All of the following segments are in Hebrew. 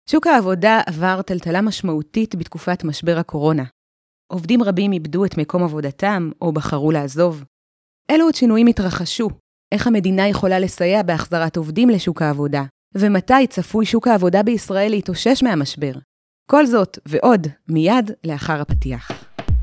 שוק העבודה עבר טלטלה משמעותית בתקופת משבר הקורונה. עובדים רבים איבדו את מקום עבודתם או בחרו לעזוב. אילו עוד שינויים התרחשו? איך המדינה יכולה לסייע בהחזרת עובדים לשוק העבודה? ומתי צפוי שוק העבודה בישראל להתאושש מהמשבר? כל זאת ועוד מיד לאחר הפתיח.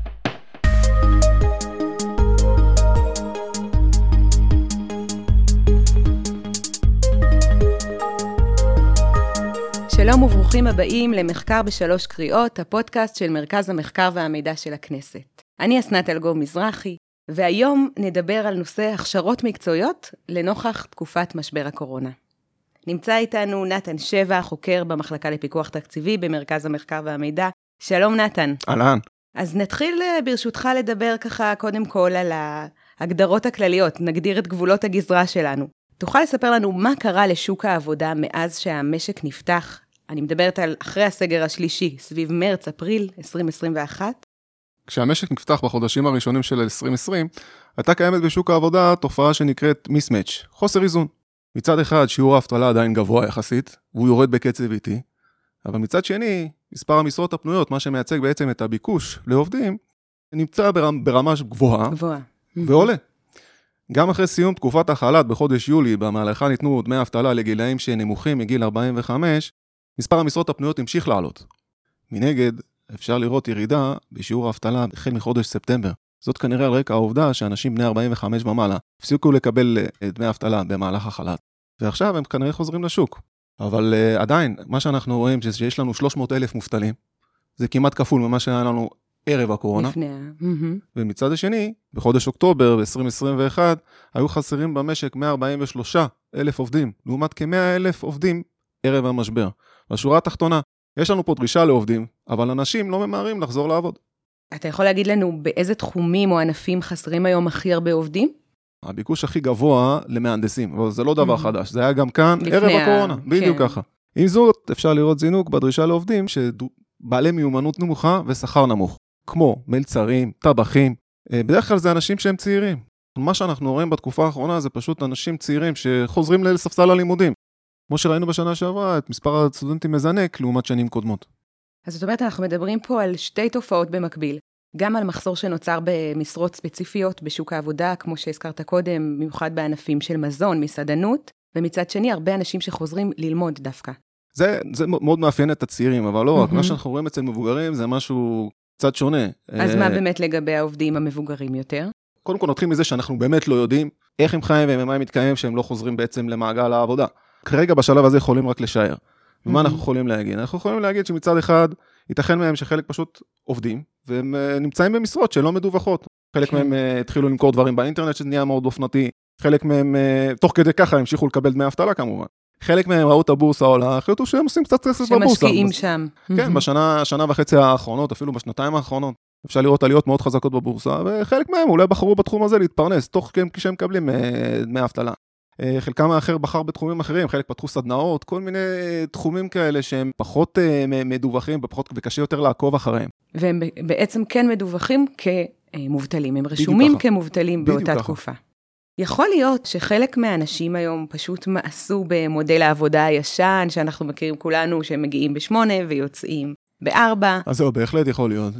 שלום וברוכים הבאים למחקר בשלוש קריאות, הפודקאסט של מרכז המחקר והמידע של הכנסת. אני אסנת אלגוב מזרחי, והיום נדבר על נושא הכשרות מקצועיות לנוכח תקופת משבר הקורונה. נמצא איתנו נתן שבע, חוקר במחלקה לפיקוח תקציבי במרכז המחקר והמידע. שלום נתן. אהלן. אז נתחיל ברשותך לדבר ככה קודם כל על ההגדרות הכלליות, נגדיר את גבולות הגזרה שלנו. תוכל לספר לנו מה קרה לשוק העבודה מאז שהמשק נפתח? אני מדברת על אחרי הסגר השלישי, סביב מרץ-אפריל 2021. כשהמשק נפתח בחודשים הראשונים של 2020, הייתה קיימת בשוק העבודה תופעה שנקראת מיסמץ', חוסר איזון. מצד אחד שיעור האבטלה עדיין גבוה יחסית, והוא יורד בקצב איטי, אבל מצד שני, מספר המשרות הפנויות, מה שמייצג בעצם את הביקוש לעובדים, נמצא ברמה גבוהה ועולה. גם אחרי סיום תקופת החל"ת בחודש יולי, במהלכה ניתנו דמי אבטלה לגילאים שנמוכים מגיל 45, מספר המשרות הפנויות המשיך לעלות. מנגד, אפשר לראות ירידה בשיעור האבטלה החל מחודש ספטמבר. זאת כנראה על רקע העובדה שאנשים בני 45 ומעלה הפסיקו לקבל דמי אבטלה במהלך החל"ת. ועכשיו הם כנראה חוזרים לשוק. אבל עדיין, מה שאנחנו רואים שיש לנו 300,000 מובטלים. זה כמעט כפול ממה שהיה לנו ערב הקורונה. ומצד השני, בחודש אוקטובר ב-2021, היו חסרים במשק 143,000 עובדים, לעומת כ-100,000 עובדים ערב המשבר. בשורה התחתונה, יש לנו פה דרישה לעובדים, אבל אנשים לא ממהרים לחזור לעבוד. אתה יכול להגיד לנו באיזה תחומים או ענפים חסרים היום הכי הרבה עובדים? הביקוש הכי גבוה למהנדסים, אבל זה לא דבר חדש, זה היה גם כאן ערב הקורונה, בדיוק ככה. עם זאת, אפשר לראות זינוק בדרישה לעובדים שבעלי מיומנות נמוכה ושכר נמוך, כמו מלצרים, טבחים, בדרך כלל זה אנשים שהם צעירים. מה שאנחנו רואים בתקופה האחרונה זה פשוט אנשים צעירים שחוזרים לספסל הלימודים. כמו שראינו בשנה שעברה, את מספר הסטודנטים מזנק לעומת שנים קודמות. אז זאת אומרת, אנחנו מדברים פה על שתי תופעות במקביל. גם על מחסור שנוצר במשרות ספציפיות בשוק העבודה, כמו שהזכרת קודם, במיוחד בענפים של מזון, מסעדנות, ומצד שני, הרבה אנשים שחוזרים ללמוד דווקא. זה מאוד מאפיין את הצעירים, אבל לא רק, מה שאנחנו רואים אצל מבוגרים זה משהו קצת שונה. אז מה באמת לגבי העובדים המבוגרים יותר? קודם כל נתחיל מזה שאנחנו באמת לא יודעים איך הם חיים ומה הם מתקיימים שהם לא חוזרים בעצם למעגל העבודה. כרגע בשלב הזה יכולים רק לשער. ומה אנחנו יכולים להגיד? אנחנו יכולים להגיד שמצד אחד ייתכן מהם שחלק פשוט עובדים, והם נמצאים במשרות שלא מדווחות. חלק מהם התחילו למכור דברים באינטרנט שזה נהיה מאוד אופנתי, חלק מהם תוך כדי ככה המשיכו לקבל דמי אבטלה כמובן. חלק מהם ראו את הבורסה עולה, החליטו שהם עושים קצת כסף בבורסה. שמשקיעים שם. כן, שנה וחצי האחרונות, אפילו בשנתיים האחרונות, אפשר לראות עליות מאוד חזקות בבורסה, וחלק מהם אולי בחרו בתחום הזה להתפרנס, תוך כשהם מקבלים דמי אבטלה. חלקם האחר בחר בתחומים אחרים, חלק פתחו סדנאות, כל מיני תחומים כאלה שהם פחות מדווחים וקשה יותר לעקוב אחריהם. והם בעצם כן מדווחים כמובטלים, הם רשומים כמובטלים באותה תקופה. יכול להיות שחלק מהאנשים היום פשוט מעשו במודל העבודה הישן, שאנחנו מכירים כולנו, שהם מגיעים ב8 ויוצאים ב4. אז זהו, בהחלט יכול להיות.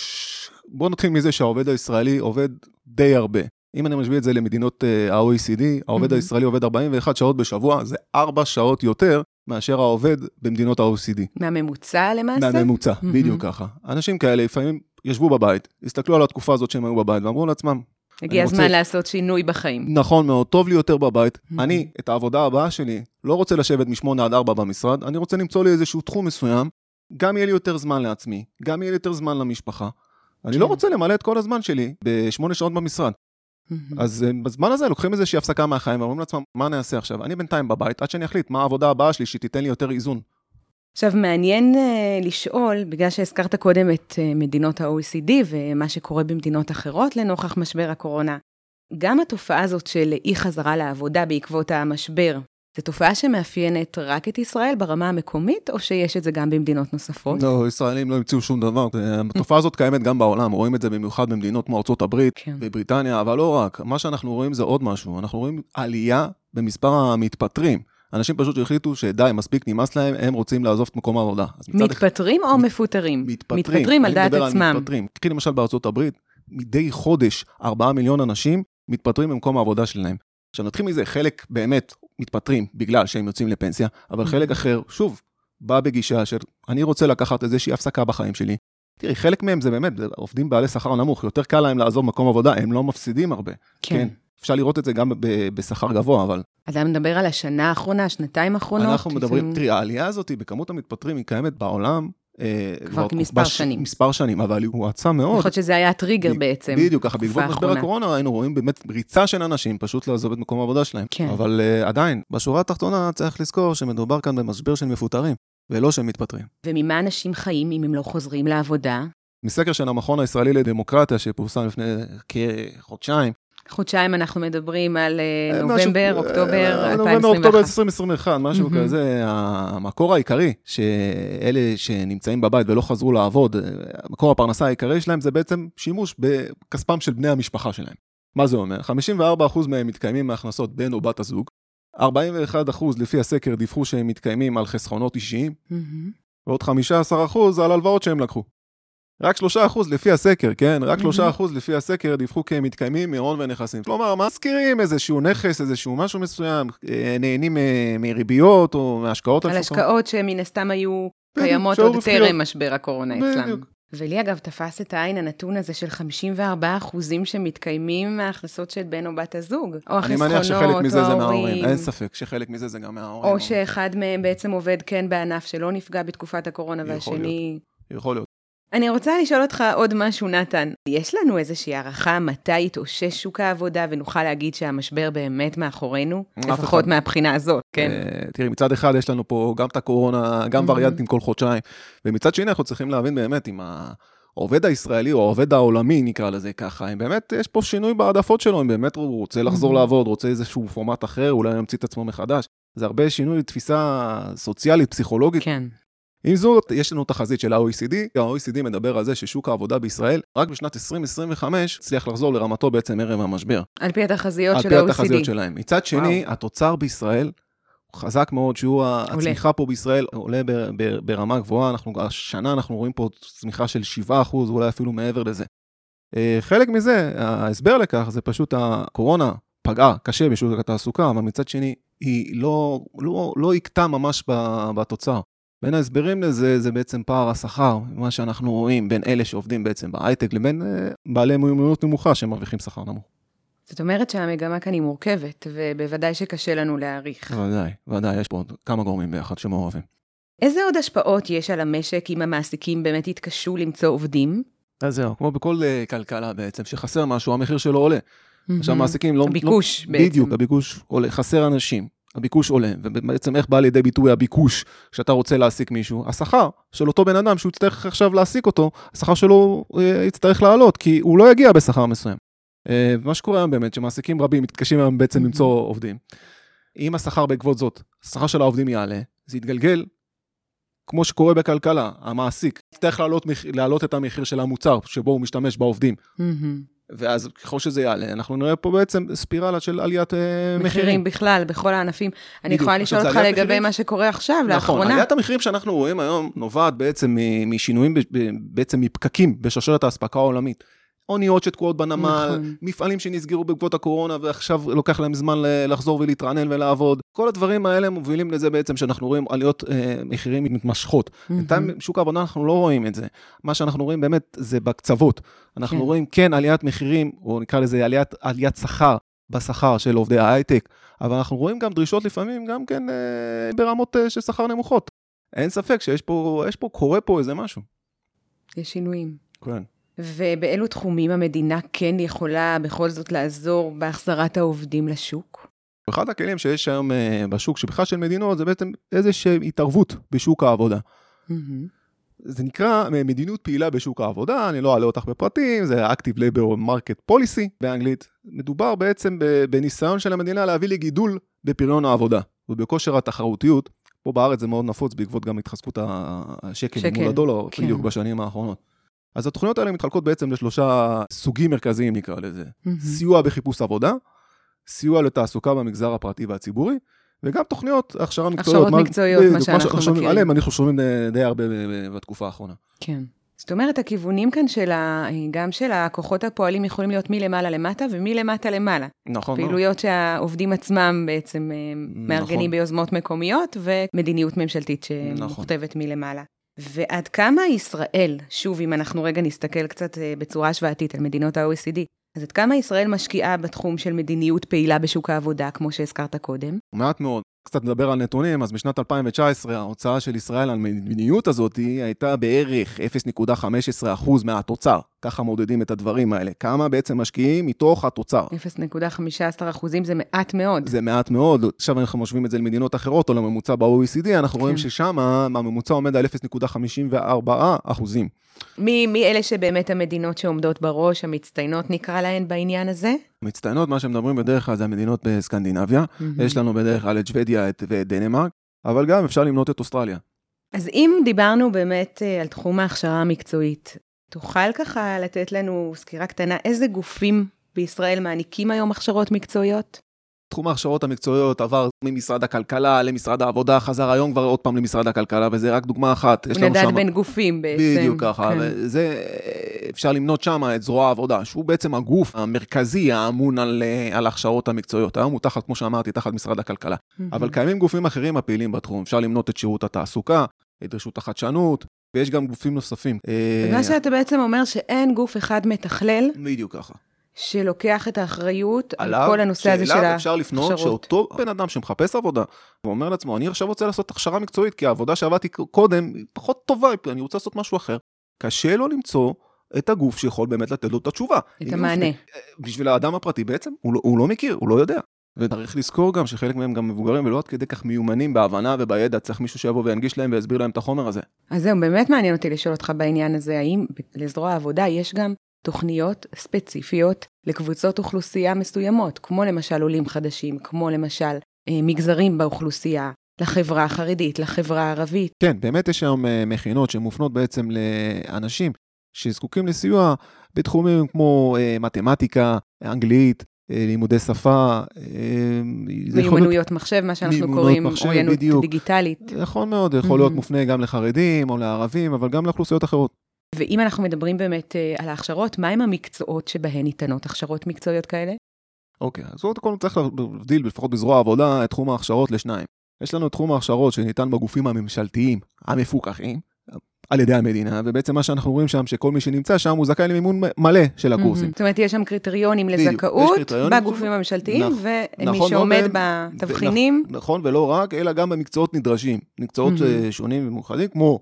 בואו נתחיל מזה שהעובד הישראלי עובד די הרבה. אם אני משווה את זה למדינות ה-OECD, העובד הישראלי עובד 41 שעות בשבוע, זה 4 שעות יותר מאשר העובד במדינות ה-OECD. מהממוצע למעשה? מהממוצע, בדיוק ככה. אנשים כאלה לפעמים ישבו בבית, הסתכלו על התקופה הזאת שהם היו בבית, ואמרו לעצמם, הגיע הזמן לעשות שינוי בחיים. נכון מאוד, טוב לי יותר בבית. אני, את העבודה הבאה שלי, לא רוצה לשבת מ8 עד 4 במשרד, אני רוצה למצוא לי איזשהו תחום מסוים, גם יהיה לי יותר זמן לעצמי, גם יהיה לי יותר זמן למשפחה. אני לא רוצה למלא את כל הזמן שלי ב8 שעות במשרד. אז בזמן הזה לוקחים איזושהי הפסקה מהחיים, ואומרים לעצמם, מה אני אעשה עכשיו? אני בינתיים בבית, עד שאני אחליט מה העבודה הבאה שלי, שתיתן לי יותר איזון. עכשיו, מעניין לשאול, בגלל שהזכרת קודם את מדינות ה-OECD, ומה שקורה במדינות אחרות לנוכח משבר הקורונה, גם התופעה הזאת של אי חזרה לעבודה בעקבות המשבר, זו תופעה שמאפיינת רק את ישראל ברמה המקומית, או שיש את זה גם במדינות נוספות? לא, ישראלים לא המציאו שום דבר. התופעה הזאת קיימת גם בעולם, רואים את זה במיוחד במדינות כמו ארצות הברית ובריטניה, אבל לא רק. מה שאנחנו רואים זה עוד משהו. אנחנו רואים עלייה במספר המתפטרים. אנשים פשוט החליטו שדי, מספיק נמאס להם, הם רוצים לעזוב את מקום העבודה. מתפטרים או מפוטרים? מתפטרים על דעת עצמם. קחי למשל בארצות הברית, מדי חודש 4 מיליון אנשים מתפטרים במקום העבודה שלהם. עכשיו נתחיל מזה, חלק באמת מתפטרים בגלל שהם יוצאים לפנסיה, אבל חלק אחר, שוב, בא בגישה של אני רוצה לקחת איזושהי הפסקה בחיים שלי. תראי, חלק מהם זה באמת, עובדים בעלי שכר נמוך, יותר קל להם לעזוב מקום עבודה, הם לא מפסידים הרבה. כן. אפשר לראות את זה גם בשכר גבוה, אבל... אתה מדבר על השנה האחרונה, שנתיים האחרונות? אנחנו מדברים, תראי, העלייה הזאת בכמות המתפטרים היא קיימת בעולם, כבר כמספר שנים. מספר שנים, אבל הוא עצה מאוד. יכול שזה היה הטריגר בעצם. בדיוק, ככה, בעקבות משבר הקורונה היינו רואים באמת ריצה של אנשים פשוט לעזוב את מקום העבודה שלהם. כן. אבל עדיין, בשורה התחתונה צריך לזכור שמדובר כאן במשבר של מפוטרים, ולא של מתפטרים. וממה אנשים חיים אם הם לא חוזרים לעבודה? מסקר של המכון הישראלי לדמוקרטיה שפורסם לפני חודשיים אנחנו מדברים על נובמבר, אוקטובר 2021. נובמבר, אוקטובר 2021, משהו כזה. המקור העיקרי, שאלה שנמצאים בבית ולא חזרו לעבוד, מקור הפרנסה העיקרי שלהם זה בעצם שימוש בכספם של בני המשפחה שלהם. מה זה אומר? 54% מהם מתקיימים מהכנסות בן או בת הזוג, 41% לפי הסקר דיווחו שהם מתקיימים על חסכונות אישיים, ועוד 15% על הלוואות שהם לקחו. רק 3% לפי הסקר, כן? רק 3% לפי הסקר דיווחו כי הם מתקיימים מהון ונכסים. כלומר, מזכירים איזשהו נכס, איזשהו משהו מסוים, נהנים מריביות או מהשקעות. על השקעות שמן הסתם היו קיימות עוד טרם משבר הקורונה אצלם. ולי אגב תפס את העין הנתון הזה של 54% שמתקיימים מההכנסות של בן או בת הזוג. או החסכונות, אני מניח שחלק מזה זה מההורים. אין ספק שחלק מזה זה גם מההורים. או שאחד מהם בעצם עובד כן בענף שלא נפגע בתקופת הקורונה והשני... יכול להיות. אני רוצה לשאול אותך עוד משהו, נתן. יש לנו איזושהי הערכה מתי יתאושש שוק העבודה ונוכל להגיד שהמשבר באמת מאחורינו? לפחות מהבחינה הזאת, כן? תראי, מצד אחד יש לנו פה גם את הקורונה, גם וריאנטים כל חודשיים, ומצד שני אנחנו צריכים להבין באמת אם העובד הישראלי או העובד העולמי נקרא לזה ככה, אם באמת יש פה שינוי בעדפות שלו, אם באמת הוא רוצה לחזור לעבוד, רוצה איזשהו פורמט אחר, אולי ימציא את עצמו מחדש. זה הרבה שינוי תפיסה סוציאלית, פסיכולוגית. כן. עם זאת, יש לנו תחזית של ה-OECD, ה-OECD מדבר על זה ששוק העבודה בישראל, רק בשנת 2025, הצליח לחזור לרמתו בעצם ערב המשבר. על פי התחזיות של ה-OECD. על פי התחזיות שלהם. מצד שני, התוצר בישראל, חזק מאוד, שהוא הצמיחה פה בישראל עולה ברמה גבוהה, השנה אנחנו רואים פה צמיחה של 7%, אולי אפילו מעבר לזה. חלק מזה, ההסבר לכך, זה פשוט הקורונה פגעה קשה בשוק התעסוקה, אבל מצד שני, היא לא הקטה ממש בתוצר. בין ההסברים לזה, זה בעצם פער השכר, מה שאנחנו רואים בין אלה שעובדים בעצם בהייטק, לבין בעלי מיומנות נמוכה שמרוויחים שכר נמוך. זאת אומרת שהמגמה כאן היא מורכבת, ובוודאי שקשה לנו להעריך. ודאי, יש פה עוד כמה גורמים ביחד שמעורבים. איזה עוד השפעות יש על המשק אם המעסיקים באמת יתקשו למצוא עובדים? אז זהו, כמו בכל כלכלה בעצם, שחסר משהו, המחיר שלו עולה. עכשיו המעסיקים לא... הביקוש בעצם. בדיוק, הביקוש עולה, חסר אנשים. הביקוש עולה, ובעצם איך בא לידי ביטוי הביקוש כשאתה רוצה להעסיק מישהו? השכר של אותו בן אדם שהוא יצטרך עכשיו להעסיק אותו, השכר שלו יצטרך לעלות, כי הוא לא יגיע בשכר מסוים. ומה שקורה היום באמת, שמעסיקים רבים מתקשים היום בעצם למצוא עובדים. אם השכר בעקבות זאת, השכר של העובדים יעלה, זה יתגלגל, כמו שקורה בכלכלה, המעסיק יצטרך להעלות את המחיר של המוצר שבו הוא משתמש בעובדים. ואז ככל שזה יעלה, אנחנו נראה פה בעצם ספירלה של עליית מחירים. בכלל, בכל הענפים. אני יכולה לשאול אותך לגבי מה שקורה עכשיו, לאחרונה. נכון, עליית המחירים שאנחנו רואים היום נובעת בעצם משינויים, בעצם מפקקים בשרשרת האספקה העולמית. אוניות שתקועות בנמל, מפעלים שנסגרו בעקבות הקורונה, ועכשיו לוקח להם זמן לחזור ולהתרענן ולעבוד. כל הדברים האלה מובילים לזה בעצם שאנחנו רואים עליות מחירים מתמשכות. בינתיים שוק העבודה אנחנו לא רואים את זה. מה שאנחנו רואים באמת זה בקצוות. אנחנו רואים כן עליית מחירים, או נקרא לזה עליית שכר, בשכר של עובדי ההייטק, אבל אנחנו רואים גם דרישות לפעמים גם כן ברמות של שכר נמוכות. אין ספק קורה פה איזה משהו. יש שינויים. כן. ובאילו תחומים המדינה כן יכולה בכל זאת לעזור בהחזרת העובדים לשוק? אחד הכלים שיש היום בשוק, שבכלל של מדינות, זה בעצם איזושהי התערבות בשוק העבודה. זה נקרא מדיניות פעילה בשוק העבודה, אני לא אעלה אותך בפרטים, זה Active Labor Market Policy באנגלית. מדובר בעצם בניסיון של המדינה להביא לגידול בפריון העבודה, ובכושר התחרותיות. פה בארץ זה מאוד נפוץ בעקבות גם התחזקות השקל מול הדולר, בדיוק בשנים האחרונות. אז התוכניות האלה מתחלקות בעצם לשלושה סוגים מרכזיים נקרא לזה. סיוע בחיפוש עבודה, סיוע לתעסוקה במגזר הפרטי והציבורי, וגם תוכניות הכשרה מקצועיות. הכשרות מקצועיות, מה שאנחנו מכירים. עליהם אנחנו שומעים די הרבה בתקופה האחרונה. כן. זאת אומרת, הכיוונים כאן גם של הכוחות הפועלים יכולים להיות מלמעלה למטה ומלמטה למעלה. נכון. פעילויות שהעובדים עצמם בעצם מארגנים ביוזמות מקומיות, ומדיניות ממשלתית שמוכתבת מלמעלה. ועד כמה ישראל, שוב, אם אנחנו רגע נסתכל קצת בצורה השוואתית על מדינות ה-OECD, אז עד כמה ישראל משקיעה בתחום של מדיניות פעילה בשוק העבודה, כמו שהזכרת קודם? מעט מאוד. קצת נדבר על נתונים, אז בשנת 2019 ההוצאה של ישראל על המדיניות הזאת הייתה בערך 0.15% מהתוצר. ככה מודדים את הדברים האלה. כמה בעצם משקיעים מתוך התוצר. 0.15% זה מעט מאוד. זה מעט מאוד. עכשיו אנחנו משווים את זה למדינות אחרות או לממוצע ב-OECD, אנחנו רואים ששם הממוצע עומד על 0.54%. מי אלה שבאמת המדינות שעומדות בראש, המצטיינות נקרא להן בעניין הזה? מצטיינות, מה שמדברים בדרך כלל זה המדינות בסקנדינביה. יש לנו בדרך כלל את שוודיה ואת דנמרק, אבל גם אפשר למנות את אוסטרליה. אז אם דיברנו באמת על תחום ההכשרה המקצועית, תוכל ככה לתת לנו סקירה קטנה, איזה גופים בישראל מעניקים היום הכשרות מקצועיות? תחום ההכשרות המקצועיות עבר ממשרד הכלכלה למשרד העבודה, חזר היום כבר עוד פעם למשרד הכלכלה, וזה רק דוגמה אחת. הוא נדד בין גופים בעצם. בדיוק ככה, כן. וזה אפשר למנות שם את זרוע העבודה, שהוא בעצם הגוף המרכזי האמון על הכשרות המקצועיות. היום הוא תחת, כמו שאמרתי, תחת משרד הכלכלה. אבל קיימים גופים אחרים הפעילים בתחום, אפשר למנות את שירות התעסוקה, את רשות החדשנות, ויש גם גופים נוספים. מה שאתה בעצם אומר שאין גוף אחד מתכלל. בדיוק ככה. שלוקח את האחריות על כל הנושא הזה של ההכשרות. שאליו אפשר לפנות שאותו בן אדם שמחפש עבודה, ואומר לעצמו, אני עכשיו רוצה לעשות הכשרה מקצועית, כי העבודה שעבדתי קודם היא פחות טובה, אני רוצה לעשות משהו אחר. קשה לו למצוא את הגוף שיכול באמת לתת לו את התשובה. את המענה. בשביל האדם הפרטי בעצם, הוא לא מכיר, הוא לא יודע. וצריך לזכור גם שחלק מהם גם מבוגרים, ולא עד כדי כך מיומנים בהבנה ובידע, צריך מישהו שיבוא וינגיש להם ויסביר להם את החומר הזה. אז זהו, באמת מעניין אותי לשאול אותך בעניין הזה, האם לזרוע העבודה יש גם תוכניות ספציפיות לקבוצות אוכלוסייה מסוימות, כמו למשל עולים חדשים, כמו למשל מגזרים באוכלוסייה, לחברה החרדית, לחברה הערבית. כן, באמת יש היום מכינות שמופנות בעצם לאנשים שזקוקים לסיוע בתחומים כמו מתמטיקה, אנגלית, לימודי שפה, מיומנויות מחשב, מה שאנחנו קוראים אוריינות דיגיטלית. נכון מאוד, יכול להיות מופנה גם לחרדים או לערבים, אבל גם לאוכלוסיות אחרות. ואם אנחנו מדברים באמת על ההכשרות, מה הם המקצועות שבהן ניתנות הכשרות מקצועיות כאלה? אוקיי, אז עוד כל צריך להבדיל, לפחות בזרוע העבודה, את תחום ההכשרות לשניים. יש לנו את תחום ההכשרות שניתן בגופים הממשלתיים, המפוקחים, על ידי המדינה, ובעצם מה שאנחנו רואים שם, שכל מי שנמצא שם הוא זכאי למימון מלא של הקורסים. זאת אומרת, יש שם קריטריונים לזכאות בגופים הממשלתיים, ומי שעומד בתבחינים. נכון, ולא רק, אלא גם במקצועות נדרשים, מקצועות שונים ומאוחדים, כמו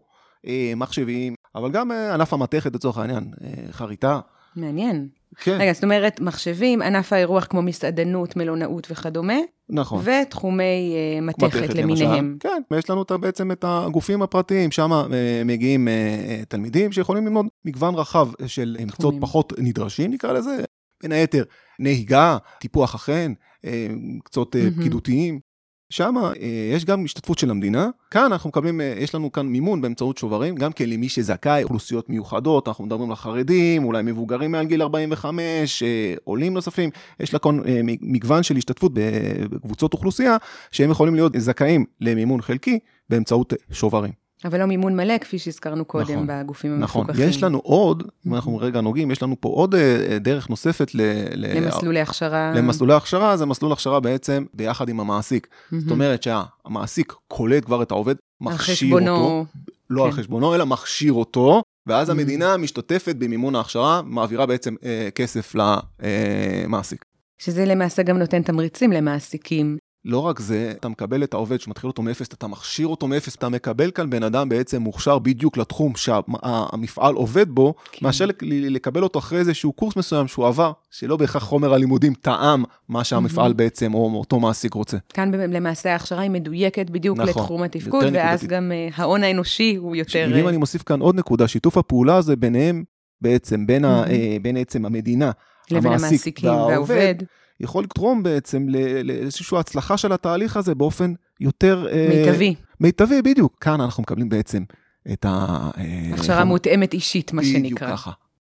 מחשבים, אבל גם ענף המתכת לצורך העניין, חריטה. מעניין. כן. רגע, זאת אומרת, מחשבים, ענף האירוח כמו מסעדנות, מלונאות וכדומה. נכון. ותחומי מתכת למיניהם. כן, ויש לנו בעצם את הגופים הפרטיים, שם מגיעים תלמידים שיכולים ללמוד מגוון רחב של מקצועות פחות נדרשים, נקרא לזה, בין היתר נהיגה, טיפוח החן, מקצועות פקידותיים. שם יש גם השתתפות של המדינה. כאן אנחנו מקבלים, יש לנו כאן מימון באמצעות שוברים, גם כן למי שזכאי, אוכלוסיות מיוחדות, אנחנו מדברים לחרדים, אולי מבוגרים מעל גיל 45, עולים נוספים, יש לה כאן מגוון של השתתפות בקבוצות אוכלוסייה, שהם יכולים להיות זכאים למימון חלקי באמצעות שוברים. אבל לא מימון מלא, כפי שהזכרנו קודם בגופים המפוקחים. נכון, יש לנו עוד, אם אנחנו רגע נוגעים, יש לנו פה עוד דרך נוספת למסלולי הכשרה. למסלולי הכשרה, זה מסלול הכשרה בעצם ביחד עם המעסיק. זאת אומרת שהמעסיק קולט כבר את העובד, מכשיר אותו, לא על חשבונו, אלא מכשיר אותו, ואז המדינה משתתפת במימון ההכשרה, מעבירה בעצם כסף למעסיק. שזה למעשה גם נותן תמריצים למעסיקים. לא רק זה, אתה מקבל את העובד שמתחיל אותו מאפס, אתה מכשיר אותו מאפס, אתה מקבל כאן בן אדם בעצם מוכשר בדיוק לתחום שהמפעל עובד בו, מאשר לקבל אותו אחרי איזשהו קורס מסוים שהוא עבר, שלא בהכרח חומר הלימודים טעם מה שהמפעל בעצם או אותו מעסיק רוצה. כאן למעשה ההכשרה היא מדויקת בדיוק לתחום התפקוד, ואז גם ההון האנושי הוא יותר... אם אני מוסיף כאן עוד נקודה, שיתוף הפעולה הזה ביניהם בעצם, בין בעצם המדינה, המעסיק והעובד, יכול לתרום בעצם לאיזושהי הצלחה של התהליך הזה באופן יותר... מיטבי. מיטבי, בדיוק. כאן אנחנו מקבלים בעצם את הכשרה מותאמת אישית, מה שנקרא. בדיוק ככה.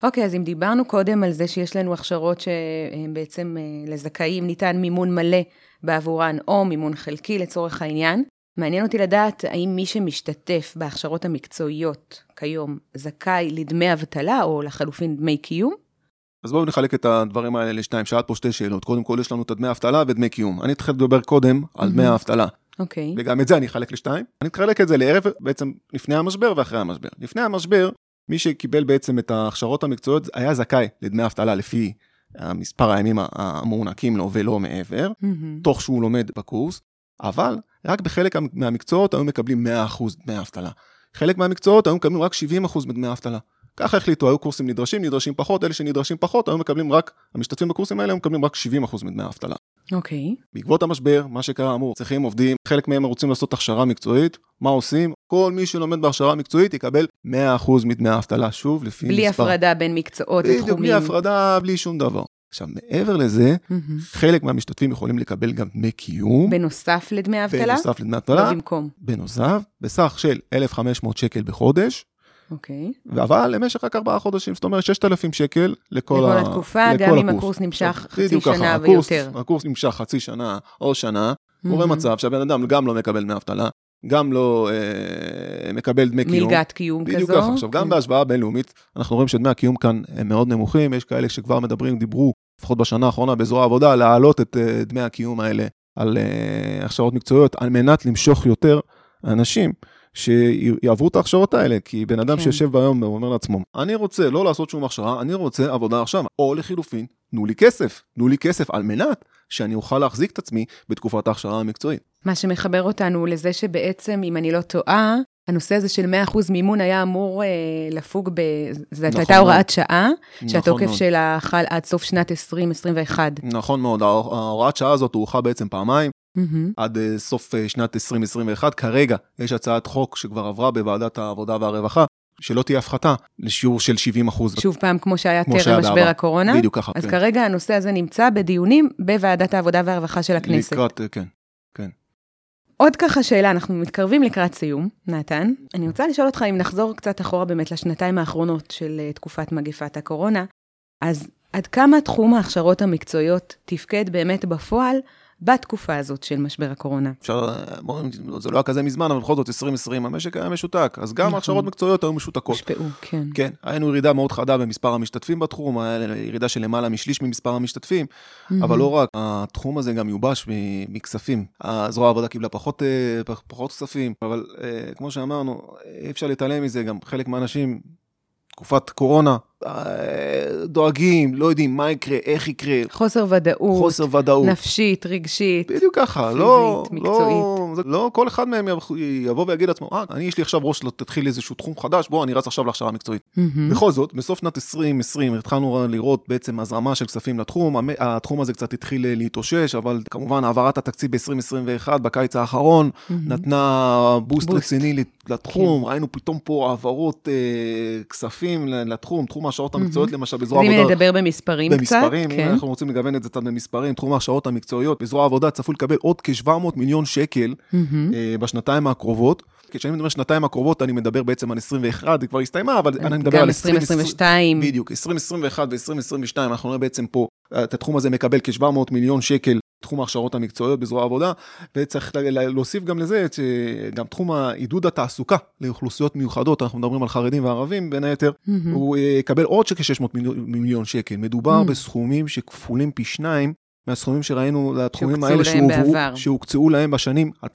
אוקיי, אז אם דיברנו קודם על זה שיש לנו הכשרות שבעצם לזכאים ניתן מימון מלא בעבורן, או מימון חלקי לצורך העניין, מעניין אותי לדעת האם מי שמשתתף בהכשרות המקצועיות כיום זכאי לדמי אבטלה או לחלופין דמי קיום? אז בואו נחלק את הדברים האלה לשתיים, שאלת פה שתי שאלות. קודם כל יש לנו את דמי האבטלה ודמי קיום. אני אתחיל לדבר קודם על דמי האבטלה. אוקיי. וגם את זה אני אחלק לשתיים. אני אחלק את זה לערב בעצם לפני המשבר ואחרי המשבר. לפני המשבר, מי שקיבל בעצם את ההכשרות המקצועיות היה זכאי לדמי האבטלה לפי מספר הימים המוענקים לו ולא מעבר, תוך שהוא לומד בקורס, אבל רק בחלק מהמקצועות היו מקבלים 100% דמי האבטלה. חלק מהמקצועות היו מקבלים רק 70% מדמי האבטלה. ככה החליטו, היו קורסים נדרשים פחות, אלה שנדרשים פחות, היו מקבלים רק, המשתתפים בקורסים האלה, היו מקבלים רק 70% מדמי האבטלה. אוקיי. בעקבות המשבר, מה שקרה אמור, צריכים עובדים, חלק מהם רוצים לעשות הכשרה מקצועית, מה עושים? כל מי שלומד בהכשרה מקצועית יקבל 100% מדמי האבטלה, שוב, לפי בלי מספר. הפרדה בין מקצועות ותחומים. בלי הפרדה, בלי שום דבר. עכשיו, מעבר לזה, חלק מהמשתתפים יכולים לקבל גם דמי קיום. בנוסף לדמי האבטלה? בנוסף לדמי האבטלה. במקום. בנוסף, בסך של 1,500 שקל בחודש. אוקיי. אבל למשך רק 4 חודשים, זאת אומרת 6,000 שקל לכל התקופה, גם אם הקורס נמשך חצי שנה ויותר. הקורס נמשך חצי שנה או שנה, קורה מצב שהבן אדם גם לא מקבל דמי אבטלה, גם לא מקבל דמי קיום. מלגת קיום כזו. בדיוק ככה. עכשיו, גם בהשוואה בינלאומית, אנחנו רואים שדמי הקיום כאן הם מאוד נמוכים, יש כאלה שכבר דיברו, לפחות בשנה האחרונה בזרוע העבודה, להעלות את דמי הקיום האלה על הכשרות מקצועיות, על מנת למשוך יותר אנשים שיעברו את ההכשרות האלה, כי בן אדם שיושב ביום ואומר לעצמו, אני רוצה לא לעשות שום הכשרה, אני רוצה עבודה עכשיו, או לחילופין, תנו לי כסף על מנת שאני אוכל להחזיק את עצמי בתקופת ההכשרה המקצועית. מה שמחבר אותנו לזה שבעצם, אם אני לא טועה, הנושא הזה של 100% מימון היה אמור לפוג, זאת הייתה הוראת שעה, שהתוקף שלה חל עד סוף שנת 2021. נכון מאוד, ההוראת שעה הזאת הוארכה בעצם פעמיים, עד סוף שנת 2021, כרגע יש הצעת חוק שכבר עברה בוועדת העבודה והרווחה, שלא תהיה הפחתה לשיעור של 70%. שוב פעם, כמו שהיה טרם משבר הקורונה. בדיוק ככה. אז כרגע הנושא הזה נמצא בדיונים בוועדת העבודה והרווחה של הכנסת. לקראת, כן. עוד ככה שאלה, אנחנו מתקרבים לקראת סיום, נתן. אני רוצה לשאול אותך אם נחזור קצת אחורה באמת לשנתיים האחרונות של תקופת מגפת הקורונה, אז עד כמה תחום ההכשרות המקצועיות תפקד באמת בפועל בתקופה הזאת של משבר הקורונה? זה לא היה כזה מזמן, אבל בכל זאת 2020 המשק היה משותק, אז גם ההכשרות מקצועיות היו משותקות. השפעו, כן. כן, היינו ירידה מאוד חדה במספר המשתתפים בתחום, היה ירידה של למעלה משליש ממספר המשתתפים, אבל לא רק, התחום הזה גם יובש מכספים. הזרוע העבודה קיבלה פחות כספים, אבל כמו שאמרנו, אי אפשר להתעלם מזה, גם חלק מהאנשים, תקופת קורונה, דואגים, לא יודעים מה יקרה, איך יקרה. חוסר ודאות. נפשית, רגשית. בדיוק ככה. פיזית, מקצועית. לא כל אחד מהם יבוא ויגיד לעצמו, יש לי עכשיו ראש, תתחיל איזשהו תחום חדש, אני רץ עכשיו להכשרה מקצועית. בכל זאת, בסוף שנת 2020, התחלנו לראות בעצם הזרמה של כספים לתחום, התחום הזה קצת התחיל להתאושש, אבל כמובן, העברת התקציב ב-2021, בקיץ האחרון, נתנה בוסט רציני לתחום, ראינו פתאום פה העברות כספים לתחום, תחום ההכשרות המקצועיות למשל בזרוע העבודה. אז אם נדבר במספרים קצת. במספרים, אם אנחנו רוצים לגוון את זה קצת במספרים, תחום ההכשרות המקצועיות בזרוע העבודה צפוי לקבל עוד כ-700 מיליון שקל בשנתיים הקרובות. כשאני מדבר שנתיים הקרובות, אני מדבר בעצם על 21, היא כבר הסתיימה, אבל אני מדבר על 2022. בדיוק, 2021 ו-2022, אנחנו נראה בעצם פה, את התחום הזה מקבל כ-700 מיליון שקל, תחום ההכשרות המקצועיות בזרוע העבודה, וצריך להוסיף גם לזה, שגם תחום העידוד התעסוקה לאוכלוסיות מיוחדות, אנחנו מדברים על חרדים וערבים, בין היתר, הוא יקבל עוד כ-600 מיליון שקל. מדובר בסכומים שכפולים פי 2, מהסכומים שראינו לתחומים האלה שהוקצאו להם בשנים 2018-2019.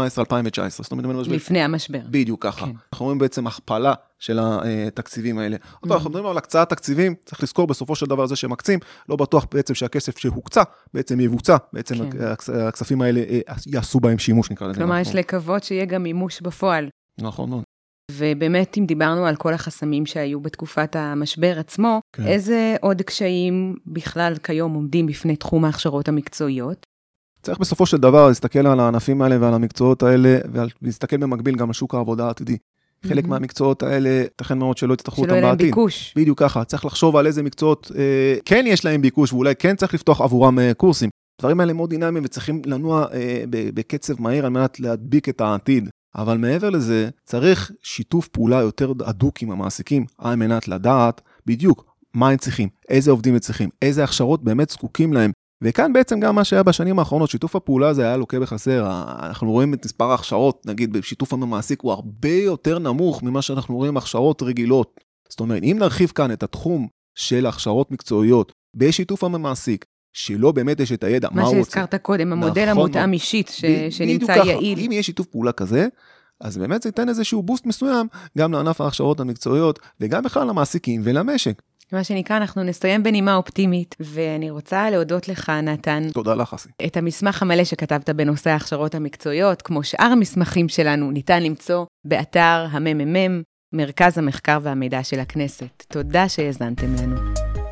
זאת אומרת, לפני המשבר. בדיוק ככה. אנחנו רואים בעצם הכפלה של התקציבים האלה. אנחנו מדברים על הקצאת תקציבים, צריך לזכור בסופו של דבר זה שמקצים, לא בטוח בעצם שהכסף שהוקצה, בעצם יבוצע, בעצם הכספים האלה יעשו בהם שימוש, נקרא לזה. כלומר, יש לקוות שיהיה גם מימוש בפועל. נכון מאוד. ובאמת, אם דיברנו על כל החסמים שהיו בתקופת המשבר עצמו, איזה עוד קשיים בכלל כיום עומדים בפני תחום ההכשרות המקצועיות? צריך בסופו של דבר להסתכל על הענפים האלה ועל המקצועות האלה, ולהסתכל במקביל גם על שוק העבודה העתידי. חלק מהמקצועות האלה, תכן מאוד שלא יצטרכו אותם בעתיד. שלא יהיה להם ביקוש. בדיוק ככה, צריך לחשוב על איזה מקצועות כן יש להם ביקוש, ואולי כן צריך לפתוח עבורם קורסים. דברים האלה מאוד דינמיים וצריכים לנוע בקצב מהיר על מנת להדביק את העתיד. אבל מעבר לזה, צריך שיתוף פעולה יותר הדוק עם המעסיקים, על מנת לדעת בדיוק מה הם צריכים, איזה עובדים הם צריכים, איזה הכשרות באמת זקוקים להם. וכאן בעצם גם מה שהיה בשנים האחרונות, שיתוף הפעולה הזה היה לוקה בחסר. אנחנו רואים את מספר ההכשרות, נגיד בשיתוף המעסיק הוא הרבה יותר נמוך ממה שאנחנו רואים הכשרות רגילות. זאת אומרת, אם נרחיב כאן את התחום של הכשרות מקצועיות בשיתוף המעסיק, שלא באמת יש את הידע, מה הוא שהזכרת קודם, המודל המותאם אישית שנמצא יעיל. אם יש שיתוף פעולה כזה, אז באמת זה ייתן איזשהו בוסט מסוים, גם לענף ההכשרות המקצועיות, וגם בכלל למעסיקים ולמשק. מה שנקרא, אנחנו נסיים בנימה אופטימית, ואני רוצה להודות לך, נתן. תודה לך, חסי. את המסמך המלא שכתבת בנושא ההכשרות המקצועיות, כמו שאר המסמכים שלנו, ניתן למצוא באתר הממ"מ, מרכז המחקר והמידע של הכנסת. תודה שהאזנתם לנו.